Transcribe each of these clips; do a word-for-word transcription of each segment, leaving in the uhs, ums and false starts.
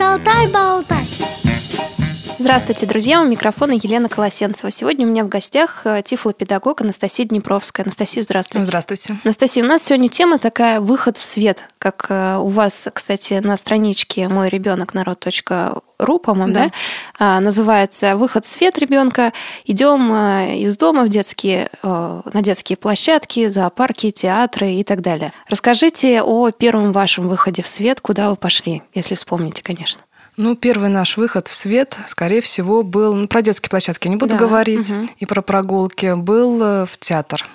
Шалтай-болтай. Здравствуйте, друзья! У микрофона Елена Колосенцева. Сегодня у меня в гостях тифлопедагог Анастасия Днепровская. Анастасия, здравствуйте. Здравствуйте. Анастасия, у нас сегодня тема такая «Выход в свет», как у вас, кстати, на страничке мой ребенок народ точка ру, по-моему, да. да, называется «Выход в свет ребенка». Идем из дома в детские, на детские площадки, зоопарки, театры и так далее. Расскажите о первом вашем выходе в свет, куда вы пошли, если вспомните, конечно. Ну, первый наш выход в свет, скорее всего, был... Ну, про детские площадки не буду да, говорить, угу. и про прогулки. Был в театр.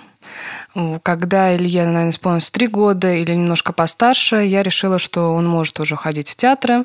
Когда Илье, наверное, исполнилось три года или немножко постарше, я решила, что он может уже ходить в театры.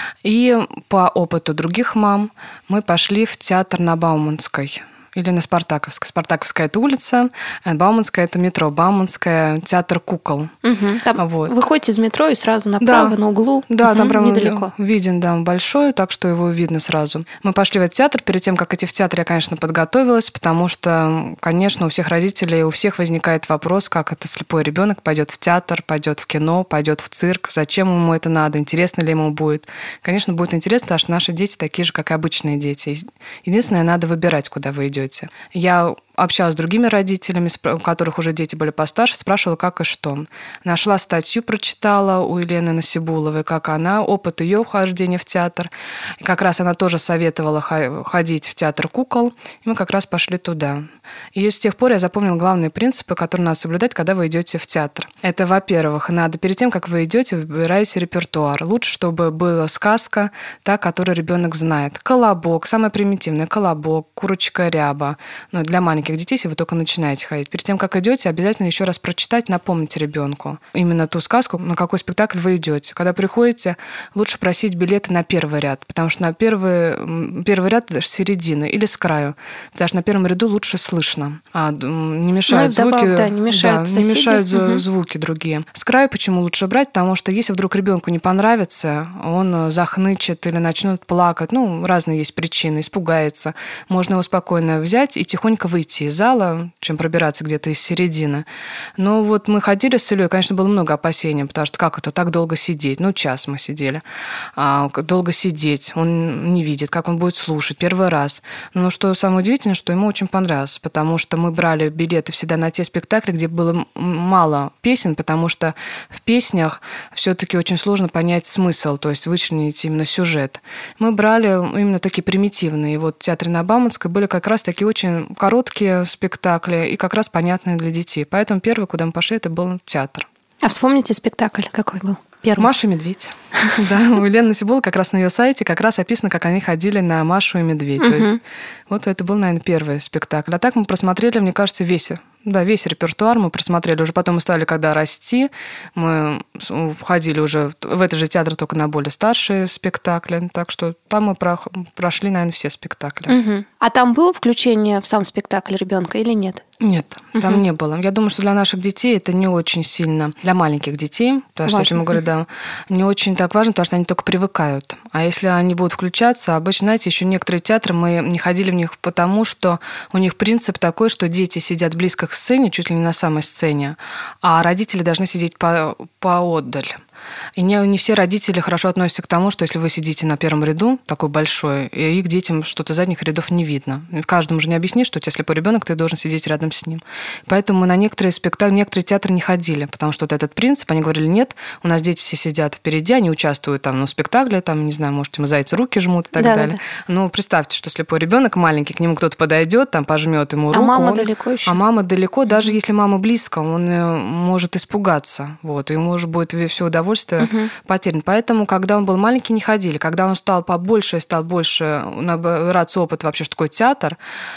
И по опыту других мам мы пошли в театр на Бауманской. Или на Спартаковской. Спартаковская – это улица, а Бауманская – это метро. Бауманская – театр кукол. Угу. Там вот. Вы ходите из метро и сразу направо, да. на углу. Да, угу. там прям недалеко. Виден, да, большой, так что его видно сразу. Мы пошли в этот театр. Перед тем, как идти в театр, я, конечно, подготовилась, потому что, конечно, у всех родителей, у всех возникает вопрос, как это слепой ребенок пойдет в театр, пойдет в кино, пойдет в цирк, зачем ему это надо, интересно ли ему будет. Конечно, будет интересно, потому что наши дети такие же, как и обычные дети. Единственное, надо выбирать, куда вы идете. Я общалась с другими родителями, у которых уже дети были постарше, спрашивала, как и что. Нашла статью, прочитала у Елены Насибуловой, как она, опыт ее вхождения в театр. И как раз она тоже советовала ходить в театр кукол, и мы как раз пошли туда. И с тех пор я запомнила главные принципы, которые надо соблюдать, когда вы идете в театр. Это, во-первых, надо перед тем, как вы идете, выбираете репертуар. Лучше, чтобы была сказка, та, которую ребенок знает. Колобок, самое примитивное, колобок, курочка ряба. Ну, для маленьких детей, если вы только начинаете ходить. Перед тем, как идете, обязательно еще раз прочитать, напомнить ребенку именно ту сказку, на какой спектакль вы идете. Когда приходите, лучше просить билеты на первый ряд, потому что на первый, первый ряд с середины или с краю, потому что на первом ряду лучше слышно. А, не мешают ну, звуки, да, не мешают, да, не мешают угу. звуки другие. С краю почему лучше брать? Потому что если вдруг ребенку не понравится, он захнычет или начнет плакать, ну, разные есть причины, испугается, можно его спокойно взять и тихонько выйти из зала, чем пробираться где-то из середины. Но вот мы ходили с Ильей, конечно, было много опасений, потому что как это так долго сидеть? Ну, час мы сидели. А, долго сидеть, он не видит, как он будет слушать первый раз. Но что самое удивительное, что ему очень понравилось, потому что мы брали билеты всегда на те спектакли, где было мало песен, потому что в песнях все-таки очень сложно понять смысл, то есть вычленить именно сюжет. Мы брали именно такие примитивные. И вот в театре на Бауманской были как раз такие очень короткие спектакли и как раз понятные для детей. Поэтому первый, куда мы пошли, это был театр. А вспомните спектакль, какой был? Первый. «Маша и медведь». Да, у Елены Насибуловой как раз на ее сайте как раз описано, как они ходили на «Машу и медведь». То есть, вот это был, наверное, первый спектакль. А так мы просмотрели, мне кажется, весь, да, весь репертуар мы просмотрели. Уже потом мы стали, когда расти, мы ходили уже в этот же театр, только на более старшие спектакли. Так что там мы прошли, наверное, все спектакли. Угу. А там было включение в сам спектакль ребенка или нет? Нет, там угу. не было. Я думаю, что для наших детей это не очень сильно. Для маленьких детей, потому что, если мы говорим, да, не очень так важно, потому что они только привыкают. А если они будут включаться, обычно, знаете, еще некоторые театры, мы не ходили в них потому, что у них принцип такой, что дети сидят близко к сцене, чуть ли не на самой сцене, а родители должны сидеть по поотдаль. И не, не все родители хорошо относятся к тому, что если вы сидите на первом ряду, такой большой, и их детям что-то задних рядов не видно. И каждому же не объяснишь, что у тебя слепой ребенок, ты должен сидеть рядом с ним. Поэтому мы на некоторые спектакли, некоторые театры не ходили, потому что вот этот принцип, они говорили, нет, у нас дети все сидят впереди, они участвуют там, ну, в спектакле, там, не знаю, может, ему зайцы руки жмут и так да, далее. Да, да. Но представьте, что слепой ребенок маленький, к нему кто-то подойдет, там, пожмет ему руку. А мама он... далеко еще. А мама далеко, даже если мама близко, он может испугаться. Вот, и ему уже будет все удовольствие угу. потерян. Поэтому, когда он был маленький, не ходили. Когда он стал побольше, стал больше набираться опыт вообще, что такое театр,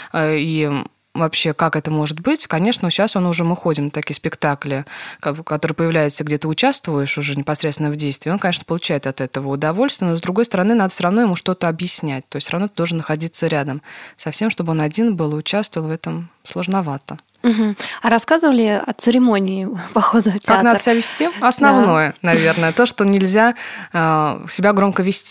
и вообще, как это может быть, конечно, сейчас он уже, мы ходим на такие спектакли, которые появляются, где ты участвуешь уже непосредственно в действии, он, конечно, получает от этого удовольствие, но, с другой стороны, надо все равно ему что-то объяснять. То есть, все равно ты должен находиться рядом. Совсем, чтобы он один был и участвовал в этом, сложновато. Угу. А рассказывали о церемонии похода в театр? Как надо себя вести? Основное, да. наверное, то, что нельзя себя громко вести.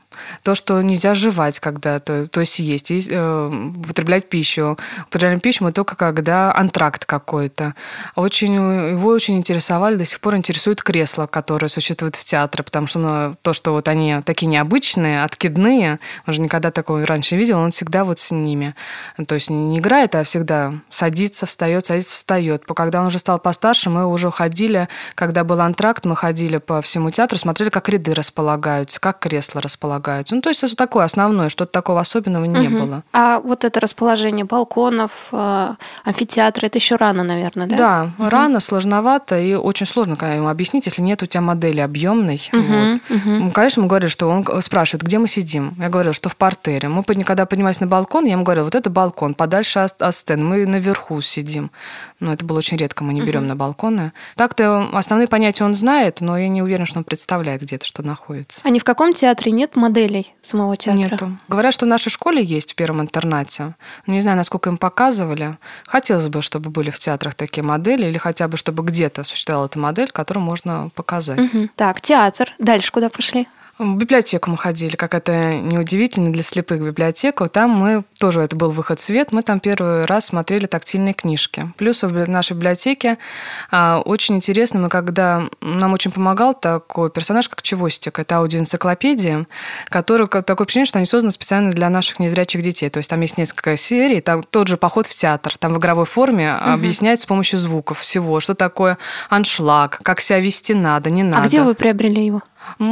То, что нельзя жевать когда-то, то есть есть, есть э, употреблять пищу. Употребляем пищу мы только когда антракт какой-то. Очень, его очень интересовали, до сих пор интересует кресла, которые существуют в театре, потому что ну, то, что вот они такие необычные, откидные, он же никогда такого раньше не видел, он всегда вот с ними. То есть не играет, а всегда садится, встает, садится, встает. Когда он уже стал постарше, мы уже ходили, когда был антракт, мы ходили по всему театру, смотрели, как ряды располагаются, как кресла располагаются. Ну, то есть это такое основное, что-то такого особенного не угу. было. А вот это расположение балконов, амфитеатра, это еще рано, наверное, да? Да, угу. рано, сложновато и очень сложно ему объяснить, если нет у тебя модели объемной. Угу. Вот. Угу. Конечно, мы говорили, что он спрашивает, где мы сидим. Я говорила, что в партере. Мы, когда поднимались на балкон, я ему говорила, вот это балкон, подальше от, от сцены, мы наверху сидим. Но это было очень редко, мы не берем угу. на балконы. Так-то основные понятия он знает, но я не уверена, что он представляет где-то, что находится. А ни в каком театре нет моделей самого театра? Нету. Говорят, что в нашей школе есть в первом интернате. Не знаю, насколько им показывали. Хотелось бы, чтобы были в театрах такие модели, или хотя бы, чтобы где-то существовала эта модель, которую можно показать. Угу. Так, театр. Дальше куда пошли? В библиотеку мы ходили, как это неудивительно для слепых, библиотеку. Там мы, тоже это был выход в свет, мы там первый раз смотрели тактильные книжки. Плюс в нашей библиотеке очень интересно, мы когда... Нам очень помогал такой персонаж, как Чевостик. Это аудиоэнциклопедия, который такое впечатление, что они созданы специально для наших незрячих детей. То есть там есть несколько серий, там тот же поход в театр, там в игровой форме угу. объясняют с помощью звуков всего, что такое аншлаг, как себя вести надо, не надо. А где вы приобрели его?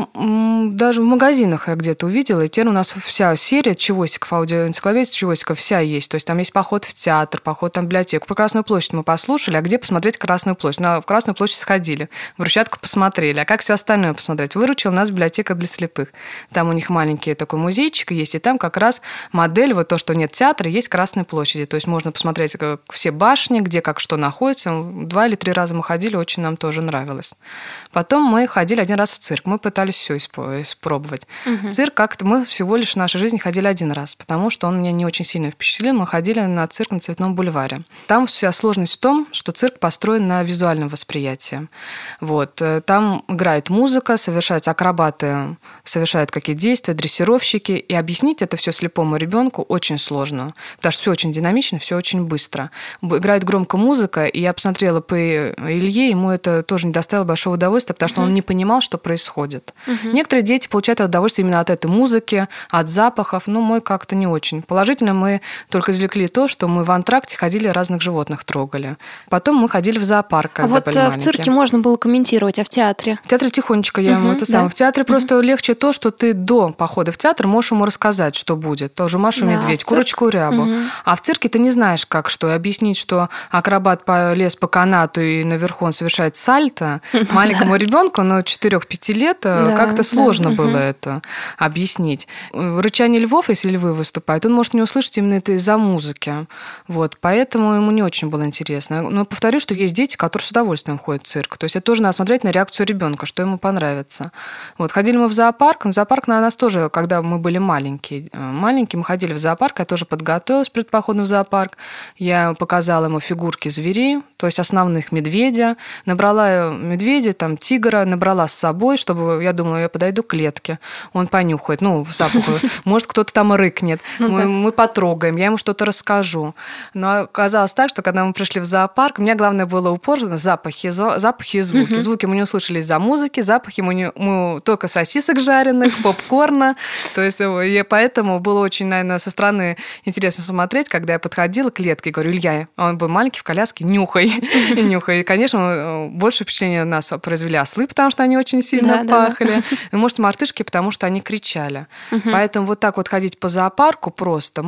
Даже в магазинах я где-то увидела, и теперь у нас вся серия Чевостиков, аудиоэнциклопедия Чевостиков вся есть. То есть там есть поход в театр, поход там в библиотеку. По Красную площадь мы послушали, а где посмотреть Красную площадь? На, в Красную площадь сходили, в Брусчатку посмотрели. А как все остальное посмотреть? Выручила нас библиотека для слепых. Там у них маленький такой музейчик есть, и там как раз модель, вот то, что нет театра, есть Красной площади. То есть можно посмотреть все башни, где как что находится. Два или три раза мы ходили, очень нам тоже нравилось. Потом мы ходили один раз в цирк. Мы пытались все испробовать. Угу. Цирк как-то мы всего лишь в нашей жизни ходили один раз, потому что он меня не очень сильно впечатлил. Мы ходили на цирк на Цветном бульваре. Там вся сложность в том, что цирк построен на визуальном восприятии. Вот. Там играет музыка, совершаются акробаты, совершают какие-то действия, дрессировщики, и объяснить это все слепому ребенку очень сложно, потому что все очень динамично, все очень быстро. Играет громко музыка, и я посмотрела по Илье, ему это тоже не доставило большого удовольствия, потому что он не понимал, что происходит. Угу. Некоторые дети получают удовольствие именно от этой музыки, от запахов, но мой как-то не очень. Положительно мы только извлекли то, что мы в антракте ходили, разных животных трогали. Потом мы ходили в зоопарк, когда а вот были в маленькие. Цирке можно было комментировать, а в театре? В театре тихонечко я ему угу, это да. самое. В театре угу. просто легче то, что ты до похода в театр можешь ему рассказать, что будет. Тоже Машу да, медведь, курочку рябу. Угу. А в цирке ты не знаешь, как что. И объяснить, что акробат полез по канату и наверху он совершает сальто маленькому ребенку, но четыре-пять лет, как-то сложно да. было угу. это объяснить. Рычание львов, если львы выступают, он может не услышать именно это из-за музыки. Вот, поэтому ему не очень было интересно. Но повторю, что есть дети, которые с удовольствием ходят в цирк. То есть это тоже надо смотреть на реакцию ребенка, что ему понравится. Вот, ходили мы в зоопарк. Но зоопарк на нас тоже, когда мы были маленькие. Маленькие, мы ходили в зоопарк. Я тоже подготовилась перед походом в зоопарк. Я показала ему фигурки зверей, то есть основных медведя. Набрала медведя, там, тигра, набрала с собой, чтобы, я думала, я подойду к клетке. Он понюхает, ну, запах. Может, кто-то там рыкнет. Ну, мы, да. мы потрогаем, я ему что-то расскажу. Но оказалось так, что когда мы пришли в зоопарк, у меня главное было упор на запахи, запахи и звуки. Угу. Звуки мы не услышали из-за музыки, запахи мы, не, мы только сосисок жареных, попкорна. То есть и поэтому было очень, наверное, со стороны интересно смотреть, когда я подходила к клетке и говорю: Илья, он был маленький в коляске, нюхай. И нюхай. И, конечно, больше впечатления нас произвели ослы, потому что они очень сильно да, пахли. Да, да. Может, мартышки, потому что они кричали. Угу. Поэтому вот так вот ходить по зоопарку просто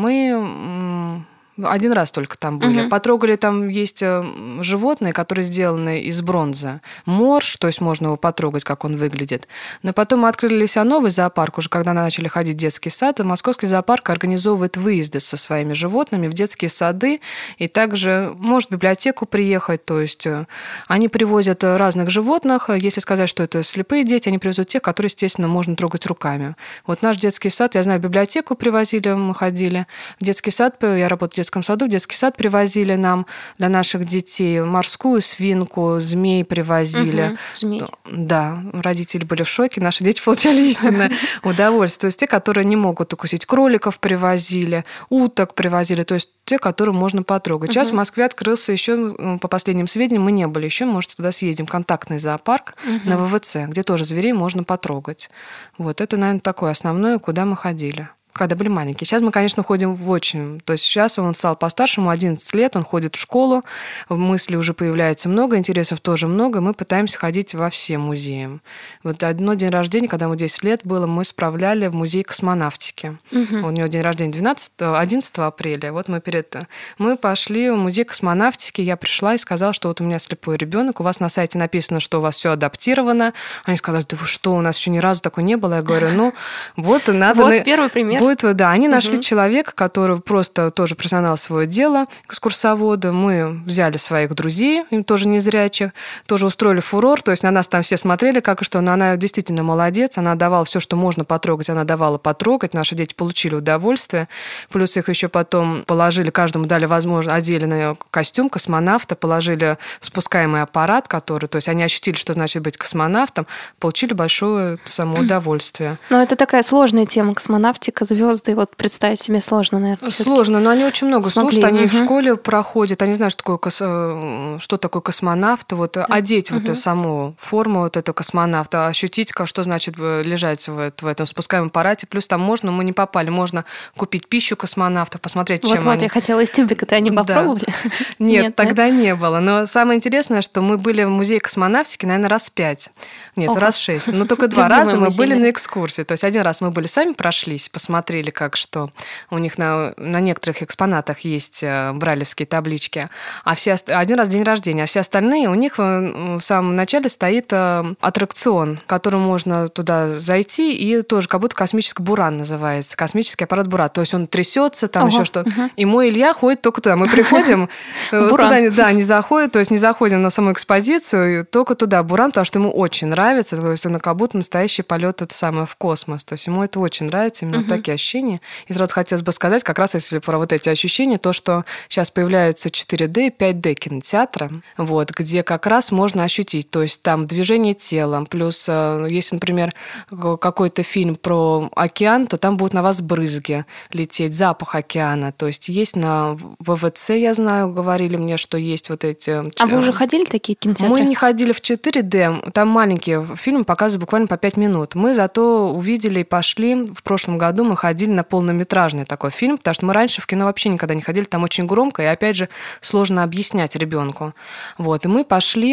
мы... Один раз только там были. Угу. Потрогали, там есть животные, которые сделаны из бронзы. Морж, то есть можно его потрогать, как он выглядит. Но потом мы открыли себя новый зоопарк, уже когда начали ходить в детский сад, и Московский зоопарк организовывает выезды со своими животными в детские сады, и также может в библиотеку приехать, то есть они привозят разных животных. Если сказать, что это слепые дети, они привезут тех, которые, естественно, можно трогать руками. Вот наш детский сад, я знаю, в библиотеку привозили, мы ходили. В детский сад, я работаю в детском детском саду, в детский сад привозили нам для наших детей морскую свинку, змей привозили. Угу, змей. Да, родители были в шоке, наши дети получали истинное удовольствие. То есть те, которые не могут укусить, кроликов привозили, уток привозили, то есть те, которые можно потрогать. Сейчас угу. в Москве открылся еще, по последним сведениям, мы не были еще, можете туда съездим, контактный зоопарк угу. на ВВЦ, где тоже зверей можно потрогать. Вот это, наверное, такое основное, куда мы ходили, когда были маленькие. Сейчас мы, конечно, ходим в очень... То есть сейчас он стал постарше, ему одиннадцать лет, он ходит в школу, в мысли уже появляется много, интересов тоже много, мы пытаемся ходить во все музеи. Вот одно день рождения, когда ему десять лет было, мы справляли в музей космонавтики. Угу. У него день рождения двенадцатого, одиннадцатого апреля. Вот мы перед... Мы пошли в музей космонавтики, я пришла и сказала, что вот у меня слепой ребенок, у вас на сайте написано, что у вас все адаптировано. Они сказали, да вы что, у нас еще ни разу такого не было. Я говорю, ну вот надо... Вот первый пример. Будет, да, они нашли угу. человека, который просто тоже профессионал своего дела, экскурсовода. Мы взяли своих друзей, им тоже незрячих, тоже устроили фурор. То есть на нас там все смотрели, как и что. Но она действительно молодец. Она давала все, что можно потрогать, она давала потрогать. Наши дети получили удовольствие. Плюс их еще потом положили, каждому дали возможность, одели на костюм космонавта, положили спускаемый аппарат, который... То есть они ощутили, что значит быть космонавтом, получили большое самоудовольствие. Но это такая сложная тема, космонавтика, звезды, вот представить себе сложно, наверное. Сложно, но они очень много смогли. слушают, они угу. в школе проходят, они знают, что такое, кос... что такое космонавт, вот одеть угу. вот саму форму вот этого космонавта, ощутить, что значит лежать в, в этом спускаемом аппарате, плюс там можно, мы не попали, можно купить пищу космонавтов, посмотреть, вот, чем вот, они... я хотела из тюбика-то они попробовали? Да. Нет, Нет, тогда да? не было, но самое интересное, что мы были в музее космонавтики, наверное, раз пять, нет, Ого. раз шесть, но только два раза мы были на экскурсии, то есть один раз мы были сами прошлись, посмотрели, как что у них на, на некоторых экспонатах есть брайлевские таблички, а все, один раз день рождения, а все остальные, у них в самом начале стоит аттракцион, которым можно туда зайти, и тоже как будто космический буран называется, космический аппарат Буран, то есть он трясется, там Ого. еще что-то. Угу. И мой Илья ходит только туда. Мы приходим, туда да, не заходим, то есть не заходим на саму экспозицию, только туда Буран, потому что ему очень нравится, то есть он как будто настоящий полет это самое в космос, то есть ему это очень нравится, именно такие ощущения. И сразу хотелось бы сказать, как раз если про вот эти ощущения, то, что сейчас появляются четыре дэ и пять дэ кинотеатры, вот, где как раз можно ощутить, то есть там движение тела, плюс если, например, какой-то фильм про океан, то там будут на вас брызги лететь, запах океана, то есть есть на ВВЦ, я знаю, говорили мне, что есть вот эти... А вы уже ходили в такие кинотеатры? Мы не ходили в четыре дэ, там маленькие фильмы показывают буквально по пять минут. Мы зато увидели и пошли, в прошлом году мы ходили на полнометражный такой фильм, потому что мы раньше в кино вообще никогда не ходили, там очень громко, и опять же сложно объяснять ребенку. Вот, и мы пошли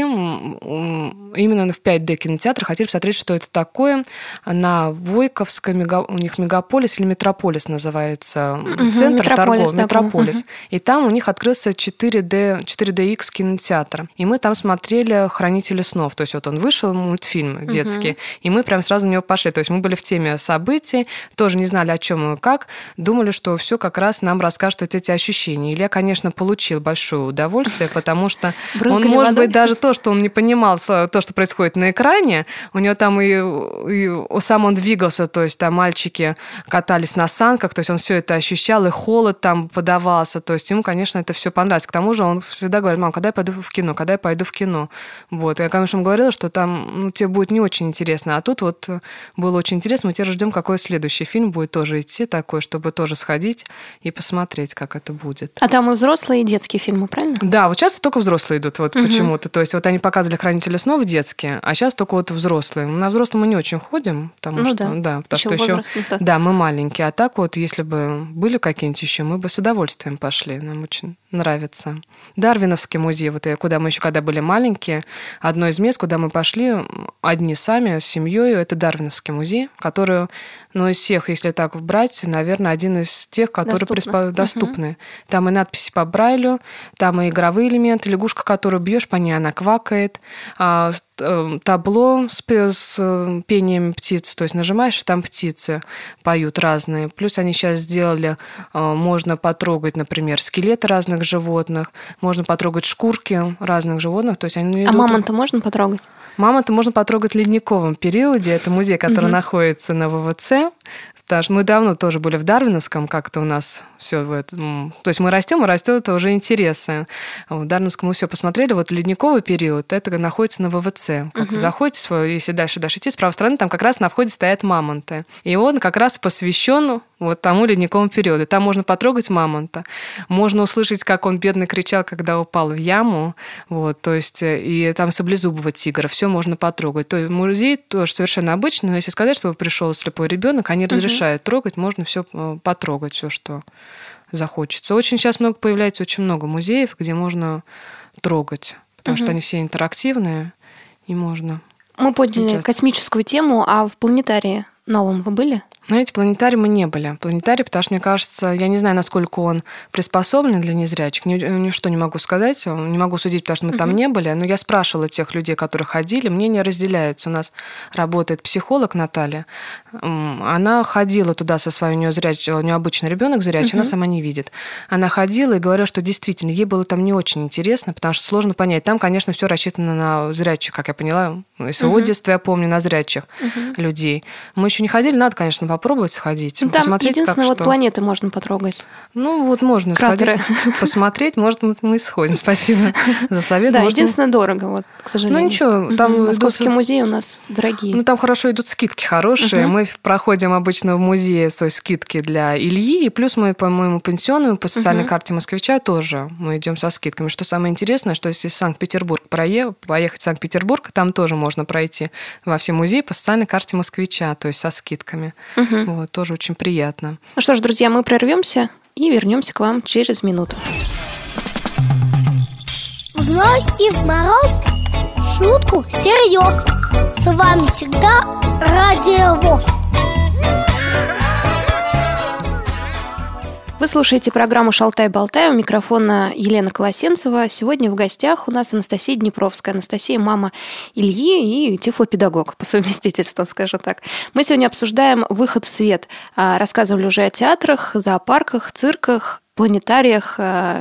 именно в пять дэ кинотеатр, хотели посмотреть, что это такое, на Войковской, мега... у них Мегаполис или Метрополис называется, угу, центр торговли, да, Метрополис. Угу. И там у них открылся четыре дэ, четыре дэ икс кинотеатр. И мы там смотрели «Хранители снов». То есть вот он вышел, мультфильм детский, угу. и мы прям сразу на него пошли. То есть мы были в теме событий, тоже не знали, о чем и как, думали, что все как раз нам расскажут вот эти ощущения. Илья, конечно, получил большое удовольствие, потому что он, может быть, даже то, что он не понимал, то, что происходит на экране, у него там и, и сам он двигался, то есть там мальчики катались на санках, то есть он все это ощущал, и холод там подавался, то есть ему, конечно, это все понравилось. К тому же он всегда говорит: мам, когда я пойду в кино, когда я пойду в кино. Вот. Я, конечно, ему говорила, что там ну, тебе будет не очень интересно, а тут вот было очень интересно, мы теперь ждем, какой следующий фильм будет тоже идти такой, чтобы тоже сходить и посмотреть, как это будет. А там и взрослые, и детские фильмы, правильно? Да, вот сейчас только взрослые идут вот угу. почему-то. То есть вот они показывали «Хранители снов» детские, а сейчас только вот взрослые. На взрослые мы не очень ходим, потому ну, что... Да, да потому еще что еще... Да, мы маленькие. А так вот, если бы были какие-нибудь еще, мы бы с удовольствием пошли. Нам очень нравится. Дарвиновский музей, вот куда мы еще когда были маленькие, одно из мест, куда мы пошли одни сами, с семьей, это Дарвиновский музей, который, ну, из всех, если так брать, наверное, один из тех, которые доступны. доступны. Угу. Там и надписи по Брайлю, там и игровые элементы, лягушка, которую бьешь по ней, она квакает, табло с, с пением птиц, то есть нажимаешь, и там птицы поют разные. Плюс они сейчас сделали, можно потрогать, например, скелеты разных животных, можно потрогать шкурки разных животных. То есть они а идут... мамонта можно потрогать? Мамонта можно потрогать в ледниковом периоде. Это музей, который угу. находится на ВВЦ. Потому что мы давно тоже были в Дарвиновском, как-то у нас все в этом. То есть мы растем, и растет уже интересы. В Дарвиновском мы все посмотрели. Вот ледниковый период, это находится на ВВЦ. Как угу. заходите, если дальше дальше идти, с правой стороны, там как раз на входе стоят мамонты. И он как раз посвящен вот тому ледниковому периоду. Там можно потрогать мамонта, можно услышать, как он бедно кричал, когда упал в яму. Вот, то есть, и там саблезубого тигра, все можно потрогать. То есть музей тоже совершенно обычный, но если сказать, что пришел слепой ребенок, они разрешают угу. трогать, можно все потрогать, все, что захочется. Очень сейчас много появляется, очень много музеев, где можно трогать, потому угу. что они все интерактивные, и можно. Мы подняли космическую тему, а в планетарии новом вы были? Знаете, планетарий мы не были. Планетарий, потому что, мне кажется, я не знаю, насколько он приспособлен для незрячих. Ни, ничто не могу сказать, не могу судить, потому что мы uh-huh. там не были. Но я спрашивала тех людей, которые ходили, мнения разделяются. У нас работает психолог Наталья. Она ходила туда со своей, у нее, зряч... у нее обычный ребенок зрячий, uh-huh. она сама не видит. Она ходила и говорила, что действительно ей было там не очень интересно, потому что сложно понять. Там, конечно, все рассчитано на зрячих, как я поняла. Из своего uh-huh. детства я помню, на зрячих uh-huh. людей. Мы еще не ходили, надо, конечно, попробовать сходить. Ну, там посмотреть, единственное, вот что. Планеты можно потрогать. Ну, вот можно Кратеры. Сходить, посмотреть, может, мы сходим. Спасибо за совет. Да, может, единственное, дорого, вот, к сожалению. Ну, ничего. Там угу. Московские идут... музеи у нас дорогие. Ну, там хорошо идут скидки хорошие. Угу. Мы проходим обычно в музее с той скидки для Ильи, и плюс мы, по-моему, пенсионную по социальной угу. карте москвича тоже мы идем со скидками. Что самое интересное, что если в Санкт-Петербург проехать, поехать в Санкт-Петербург, там тоже можно пройти во все музеи по социальной карте москвича, то есть со скидками. Угу. Вот, тоже очень приятно. Ну что ж, друзья, мы прервемся и вернемся к вам через минуту. В зной и в мороз шутку серьез. С вами всегда Радио ВОС. Вы слушаете программу «Шалтай-болтай». У микрофона Елена Колосенцева. Сегодня в гостях у нас Анастасия Днепровская. Анастасия – мама Ильи и тифлопедагог по совместительству, скажем так. Мы сегодня обсуждаем выход в свет. Рассказывали уже о театрах, зоопарках, цирках, планетариях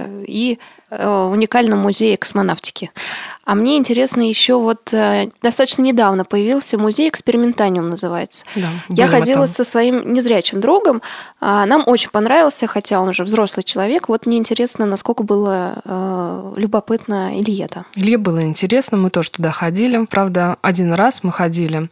и уникальном музее космонавтики. А мне интересно еще вот достаточно недавно появился музей «Экспериментаниум» называется. Да, я ходила со своим незрячим другом. Нам очень понравился, хотя он уже взрослый человек. Вот мне интересно, насколько было э, любопытно Илье-то. Илье было интересно, мы тоже туда ходили. Правда, один раз мы ходили,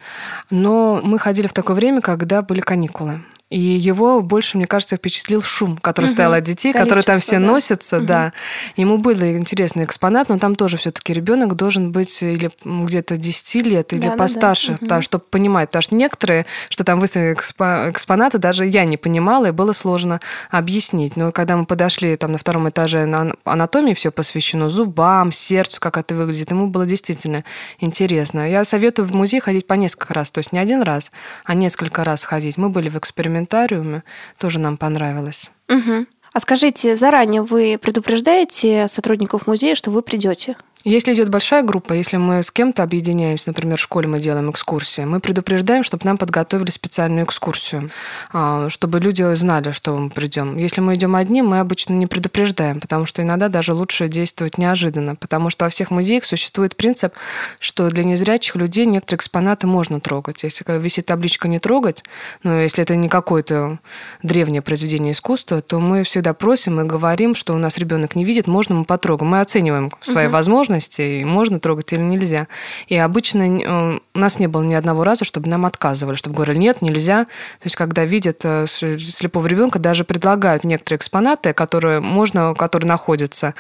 но мы ходили в такое время, когда были каникулы. И его больше, мне кажется, впечатлил шум, который угу. стоял от детей, которые там все да. носятся. Угу. Да. Ему был интересный экспонат, но там тоже все-таки ребенок должен быть или где-то десять лет, или да, постарше, да, да. Потому, чтобы понимать. Потому что некоторые, что там выставлены экспонаты, даже я не понимала, и было сложно объяснить. Но когда мы подошли там на втором этаже на анатомии, все посвящено зубам, сердцу, как это выглядит, ему было действительно интересно. Я советую в музей ходить по несколько раз, то есть не один раз, а несколько раз ходить. Мы были в экспериментариуме, тоже нам понравилось. Угу. А скажите, заранее вы предупреждаете сотрудников музея, что вы придете? Если идет большая группа, если мы с кем-то объединяемся, например, в школе мы делаем экскурсии, мы предупреждаем, чтобы нам подготовили специальную экскурсию, чтобы люди знали, что мы придем. Если мы идем одни, мы обычно не предупреждаем, потому что иногда даже лучше действовать неожиданно, потому что во всех музеях существует принцип, что для незрячих людей некоторые экспонаты можно трогать. Если висит табличка «не трогать», но если это не какое-то древнее произведение искусства, то мы всегда просим и говорим, что у нас ребенок не видит, можно мы потрогаем. Мы оцениваем свои угу. возможности, и можно трогать или нельзя. И обычно у нас не было ни одного раза, чтобы нам отказывали, чтобы говорили, нет, нельзя. То есть, когда видят слепого ребенка, даже предлагают некоторые экспонаты, которые можно, которые находятся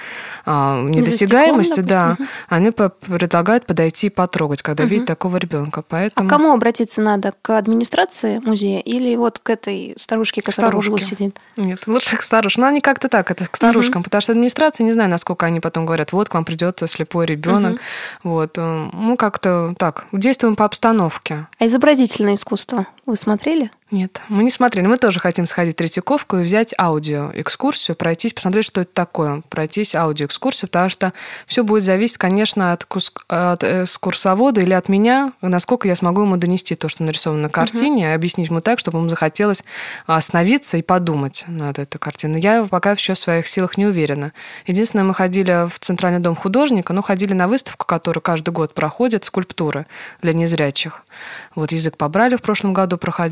в недосягаемости, да, они предлагают подойти и потрогать, когда угу. видят такого ребенка. Поэтому... А к кому обратиться надо? К администрации музея или вот к этой старушке, которая в углу сидит? Нет, лучше к старушкам. Ну, они как-то так, это к старушкам, угу. потому что администрация, не знаю, насколько они потом говорят, вот к вам придет слепой ребенок. Угу. Вот. Мы как-то так действуем по обстановке. А изобразительное искусство вы смотрели? Нет, мы не смотрели. Мы тоже хотим сходить в Третьяковку и взять аудиоэкскурсию, пройтись, посмотреть, что это такое, пройтись аудиоэкскурсию, потому что все будет зависеть, конечно, от, кус... от экскурсовода или от меня, насколько я смогу ему донести то, что нарисовано на картине, угу. и объяснить ему так, чтобы ему захотелось остановиться и подумать над этой картиной. Я пока еще в своих силах не уверена. Единственное, мы ходили в Центральный дом художника, но ходили на выставку, которая каждый год проходит, скульптуры для незрячих. Вот язык побрали в прошлом году проходил, то есть скульптура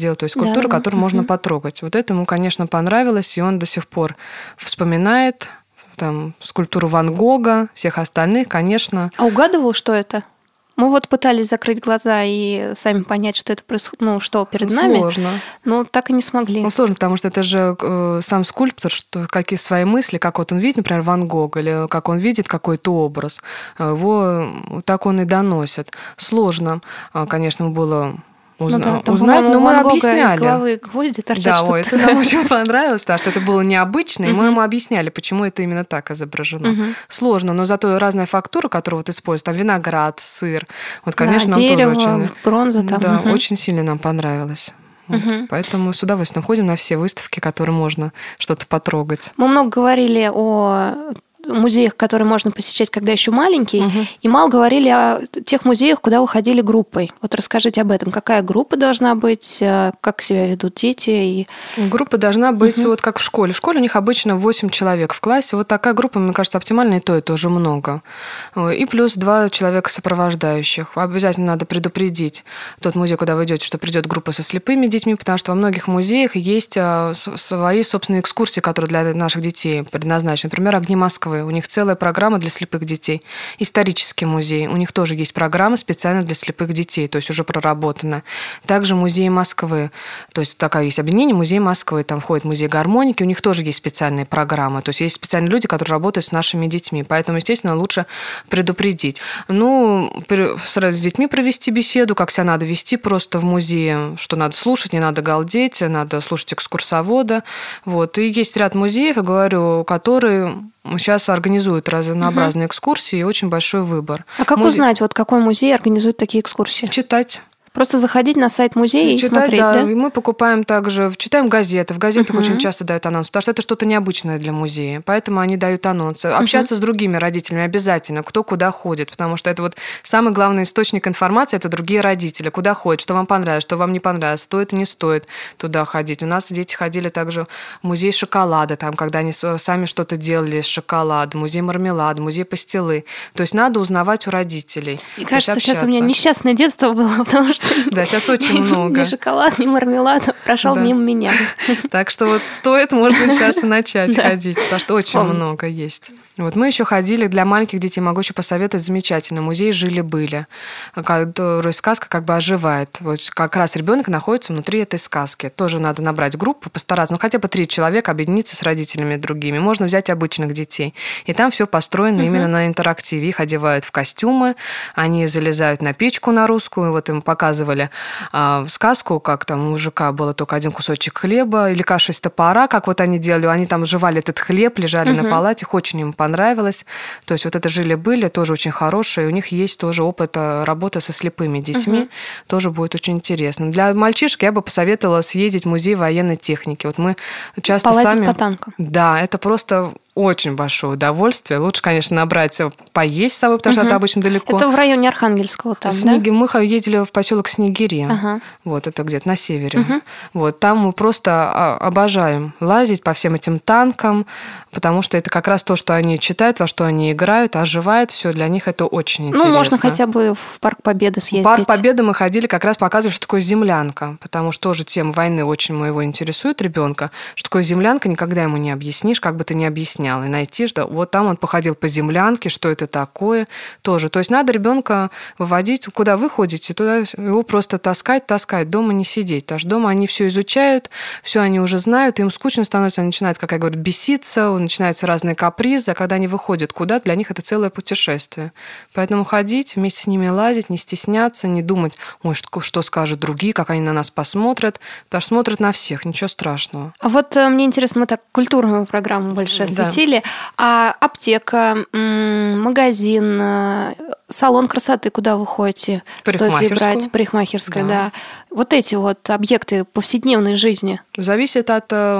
скульптуры, да, которые да. можно Угу. потрогать. Вот это ему, конечно, понравилось, и он до сих пор вспоминает там скульптуру Ван Гога, всех остальных, конечно. А угадывал, что это? Мы вот пытались закрыть глаза и сами понять, что это происходит, ну, что перед Ну, нами, сложно. но так и не смогли. Ну, сложно, потому что это же э, сам скульптор, что какие свои мысли, как вот он видит, например, Ван Гога, или как он видит какой-то образ, его так он и доносит. Сложно, конечно, было узна- ну, да, там, узнать, но мы Ван Гога объясняли. из головы гвозди торчат, Да, что-то. ой, это нам очень понравилось, потому что это было необычно, и мы ему объясняли, почему это именно так изображено. Мгм. Сложно, но зато разная фактура, которую вот используют, там виноград, сыр, вот, Да, конечно, нам дерево, тоже очень... бронза там. Да, Мгм. очень сильно нам понравилось. Вот. Мгм. Поэтому с удовольствием ходим на все выставки, которые можно что-то потрогать. Мы много говорили о музеях, которые можно посещать, когда еще маленький, Мгм. и мало говорили о тех музеях, куда вы ходили группой. Вот расскажите об этом. Какая группа должна быть, э, как себя ведут дети? И... Группа должна быть Мгм. вот как в школе. В школе у них обычно восемь человек в классе. Вот такая группа, мне кажется, оптимальная, и то это уже много. И плюс два человека сопровождающих. Обязательно надо предупредить тот музей, куда вы идете, что придет группа со слепыми детьми, потому что во многих музеях есть а, с- свои собственные экскурсии, которые для наших детей предназначены. Например, «Огни Москвы». У них целая программа для слепых детей. Исторический музей. У них тоже есть программа специально для слепых детей, то есть уже проработана. Также музей Москвы. То есть такая есть объединение «Музей Москвы». Там входит музей гармоники. У них тоже есть специальные программы. То есть есть специальные люди, которые работают с нашими детьми. Поэтому, естественно, лучше предупредить. Ну, пер- с детьми провести беседу, как себя надо вести просто в музее, что надо слушать, не надо галдеть, надо слушать экскурсовода. Вот. И есть ряд музеев, я говорю, которые сейчас организуют разнообразные экскурсии и очень большой выбор. А как Музе- узнать, вот какой музей организует такие экскурсии? Читать. Просто заходить на сайт музея и Читать, смотреть, да. да? И мы покупаем также, читаем газеты. В газетах Мгм. очень часто дают анонс, потому что это что-то необычное для музея. Поэтому они дают анонсы. Общаться с другими родителями обязательно, кто куда ходит, потому что это вот самый главный источник информации – это другие родители. Куда ходят, что вам понравилось, что вам не понравилось, стоит и не стоит туда ходить. У нас дети ходили также в музей шоколада, там, когда они с- сами что-то делали из шоколада, музей мармелада, музей пастилы. То есть надо узнавать у родителей. И то кажется, есть сейчас у меня общаться. несчастное детство было, потому что Да, сейчас очень много. ни шоколад, ни мармелад прошел Да. мимо меня. Так что вот стоит, может быть, сейчас и начать Да. ходить, потому что очень Вспомнить. много есть. Вот мы еще ходили для маленьких детей, могу еще посоветовать замечательный музей «Жили-были», который сказка как бы оживает. Вот как раз ребенок находится внутри этой сказки. Тоже надо набрать группу, постараться, ну хотя бы три человека, объединиться с родителями другими. Можно взять обычных детей. И там все построено Мгм. именно на интерактиве. Их одевают в костюмы, они залезают на печку на русскую. Вот им показывали а, сказку, как там у мужика было только один кусочек хлеба или каша из топора, как вот они делали. Они там жевали этот хлеб, лежали Мгм. на палате, очень им понравилось. То есть вот это «Жили-были» тоже очень хорошее. У них есть тоже опыт а, работы со слепыми детьми. Мгм. Тоже будет очень интересно. Для мальчишек я бы посоветовала съездить в музей военной техники. Вот мы часто Полазить сами... по танкам. Да, это просто очень большое удовольствие. Лучше, конечно, набрать поесть с собой, потому что Мгм. это обычно далеко. Это в районе Архангельского там, Снеги... Мы ездили в поселок Снегири. Ага. Вот, это где-то на севере. Мгм. Вот, там мы просто а, обожаем лазить по всем этим танкам, потому что это как раз то, что они читают, во что они играют, оживает все. Для них это очень интересно. Ну, можно хотя бы в Парк Победы В съездить. Парк Победы мы ходили, как раз показывали, что такое землянка, потому что тоже тема войны очень моего интересует ребенка. Что такое землянка, никогда ему не объяснишь, как бы ты ни объяснял. И найти, что вот там он походил по землянке, что это такое тоже. То есть надо ребенка выводить, куда вы ходите, туда его просто таскать, таскать, дома не сидеть. Потому что дома они все изучают, все они уже знают, им скучно становится, они начинают, как я говорю, беситься, начинаются разные капризы, а когда они выходят куда, для них это целое путешествие. Поэтому ходить, вместе с ними лазить, не стесняться, не думать, ой, что, что скажут другие, как они на нас посмотрят, потому что смотрят на всех, ничего страшного. А вот э, мне интересно, мы так культурную программу больше Да. осветили. А аптека, м, магазин, э, салон красоты, куда вы ходите? Стоит ли Парикмахерскую. брать? Парикмахерская, Да. да. Вот эти вот объекты повседневной жизни. Зависит от э,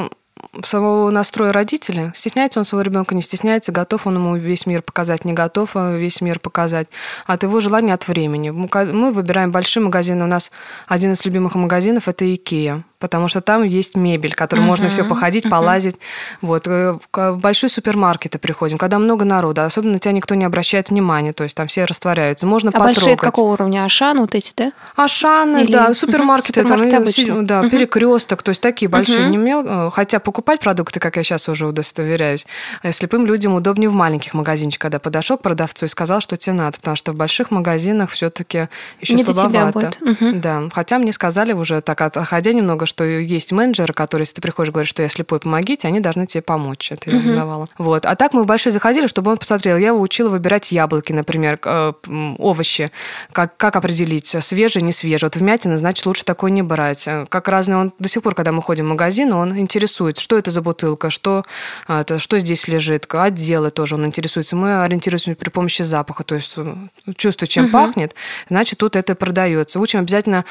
самого настроя родителя. Стесняется он своего ребенка, не стесняется, готов он ему весь мир показать, не готов весь мир показать. От его желания, от времени. Мы выбираем большие магазины. У нас один из любимых магазинов – это Икеа, потому что там есть мебель, которой uh-huh. можно все походить, uh-huh. полазить. Вот. В большие супермаркеты приходим, когда много народа, особенно на тебя никто не обращает внимания, то есть там все растворяются. Можно а потрогать. Большие какого уровня? Ашан вот эти, да? Ашаны, Или... да, супермаркеты, uh-huh. там, обычно. Да, uh-huh. Перекресток, то есть такие большие. Uh-huh. Не мел... Хотя покупать продукты, как я сейчас уже удостоверяюсь, слепым людям удобнее в маленьких магазинчиках, когда подошел к продавцу и сказал, что тебе надо, потому что в больших магазинах все-таки еще не слабовато. Uh-huh. Да, хотя мне сказали уже так, отходя немного, что есть менеджеры, которые, если ты приходишь, говоришь, что я слепой, помогите, они должны тебе помочь. Это я uh-huh. узнавала. Вот. А так мы в большой заходили, чтобы он посмотрел. Я его учила выбирать яблоки, например, овощи. Как, как определить, свежие, не свежие. Вот вмятина, значит, лучше такое не брать. Как разные он до сих пор, когда мы ходим в магазин, он интересуется, что это за бутылка, что, это, что здесь лежит, отделы тоже он интересуется. Мы ориентируемся при помощи запаха, то есть чувствуя, чем uh-huh. пахнет, значит, тут это продается. Учим обязательно,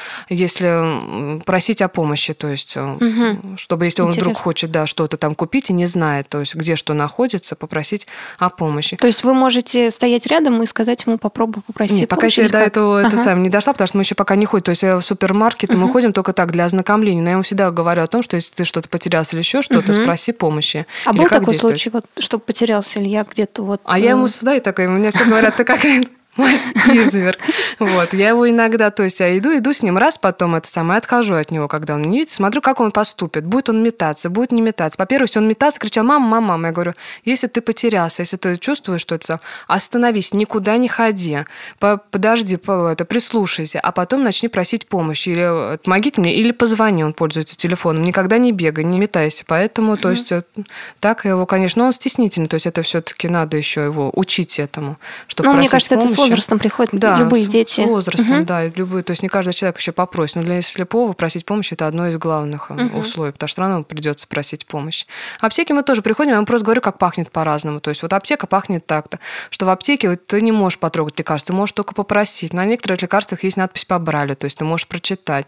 если просить о помощи, то есть, угу. чтобы, если он Интересно. Вдруг хочет, да, что-то там купить и не знает, то есть, где что находится, попросить о помощи. То есть, вы можете стоять рядом и сказать ему, попробуй попросить Нет, пока еще до этого ага. это сам не дошла, потому что мы еще пока не ходим. То есть, в супермаркет угу. мы ходим только так, для ознакомления. Но я ему всегда говорю о том, что если ты что-то потерялся или еще что-то, угу. спроси помощи. А был такой случай, вот, чтобы потерялся Илья где-то вот... А я ему создаю такое, у меня все говорят, ты какая-то мать изверг. Вот. Я его иногда, то есть я иду, иду с ним, раз, потом это самое, отхожу от него, когда он не видит, смотрю, как он поступит. Будет он метаться, будет не метаться. Во-первых, если он метаться, кричал, мама, мама, мама. Я говорю, если ты потерялся, если ты чувствуешь, что это сам, остановись, никуда не ходи, подожди, это, прислушайся, а потом начни просить помощи. Или помогите мне, или позвони, он пользуется телефоном. Никогда не бегай, не метайся. Поэтому, то есть, так его, конечно, он стеснительный, то есть это все-таки надо еще его учить этому, чтобы ну, просить мне кажется, помощи. Это с возрастом приходят да, любые дети. С возрастом, угу. да, любые. То есть не каждый человек еще попросит. Но для слепого просить помощи – это одно из главных угу. условий, потому что рано придется просить помощи. В аптеке мы тоже приходим, я вам просто говорю, как пахнет по-разному. То есть вот аптека пахнет так-то, что в аптеке вот, ты не можешь потрогать лекарства, ты можешь только попросить. На некоторых лекарствах есть надпись по Брайлю, то есть ты можешь прочитать.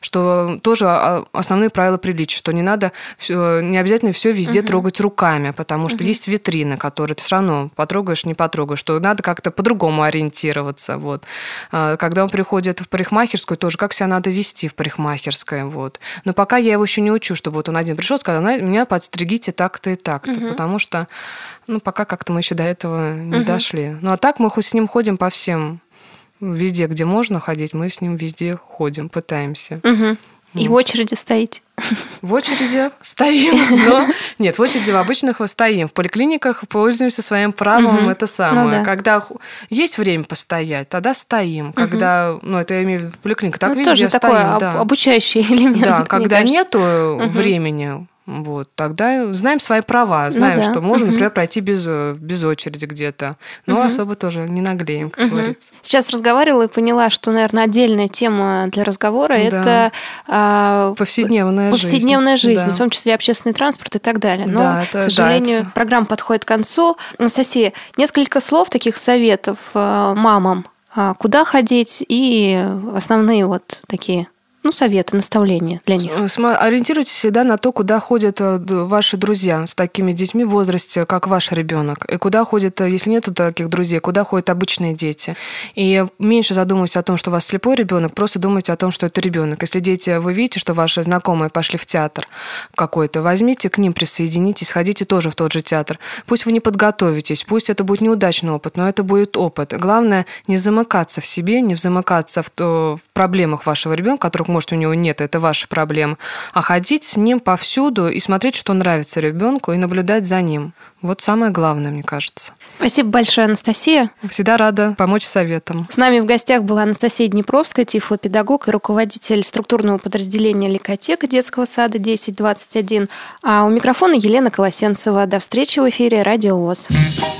Что тоже основные правила приличия, что не надо, не обязательно все везде угу. трогать руками, потому что угу. есть витрины, которые ты все равно потрогаешь, не потрогаешь, что надо как-то по-другому ориентироваться. Вот. Когда он приходит в парикмахерскую, тоже как себя надо вести в парикмахерской. Вот. Но пока я его еще не учу, чтобы вот он один пришел, сказал, меня подстригите так-то и так-то, угу. потому что ну, пока как-то мы еще до этого не угу. дошли. Ну, а так мы с ним ходим по всем, везде, где можно ходить, мы с ним везде ходим, пытаемся. Угу. И вот. В очереди стоите? В очереди стоим, но нет, в очереди в обычных стоим. В поликлиниках пользуемся своим правом, угу. это самое. Ну, да. Когда есть время постоять, тогда стоим. Когда, угу. ну, это я имею в виду поликлиника, так ну, везде тоже стоим. Такой да. обучающий элемент. Да, когда кажется. Нету угу. времени, вот, тогда знаем свои права, знаем, ну, да. что можем, угу. например, пройти без, без очереди где-то. Но угу. особо тоже не наглеем, как угу. говорится. Сейчас разговаривала и поняла, что, наверное, отдельная тема для разговора да. это а, повседневная, повседневная жизнь, жизнь да. в том числе общественный транспорт и так далее. Но, да, это, к сожалению, да, это... программа подходит к концу. Анастасия, несколько слов, таких советов мамам, куда ходить и основные вот такие... Ну, советы, наставления для них. Ориентируйтесь всегда на то, куда ходят ваши друзья с такими детьми в возрасте, как ваш ребенок. И куда ходят, если нету таких друзей, куда ходят обычные дети. И меньше задумывайтесь о том, что у вас слепой ребенок, просто думайте о том, что это ребенок. Если дети, вы видите, что ваши знакомые пошли в театр какой-то, возьмите к ним, присоединитесь, ходите тоже в тот же театр. Пусть вы не подготовитесь, пусть это будет неудачный опыт, но это будет опыт. Главное, не замыкаться в себе, не замыкаться в, то, в проблемах вашего ребенка, которых может, у него нет, это ваша проблема, а ходить с ним повсюду и смотреть, что нравится ребенку, и наблюдать за ним. Вот самое главное, мне кажется. Спасибо большое, Анастасия. Всегда рада помочь советом. С нами в гостях была Анастасия Днепровская, тифлопедагог и руководитель структурного подразделения Ликотека детского сада десять двадцать один. А у микрофона Елена Колосенцева. До встречи в эфире Радио ВОС.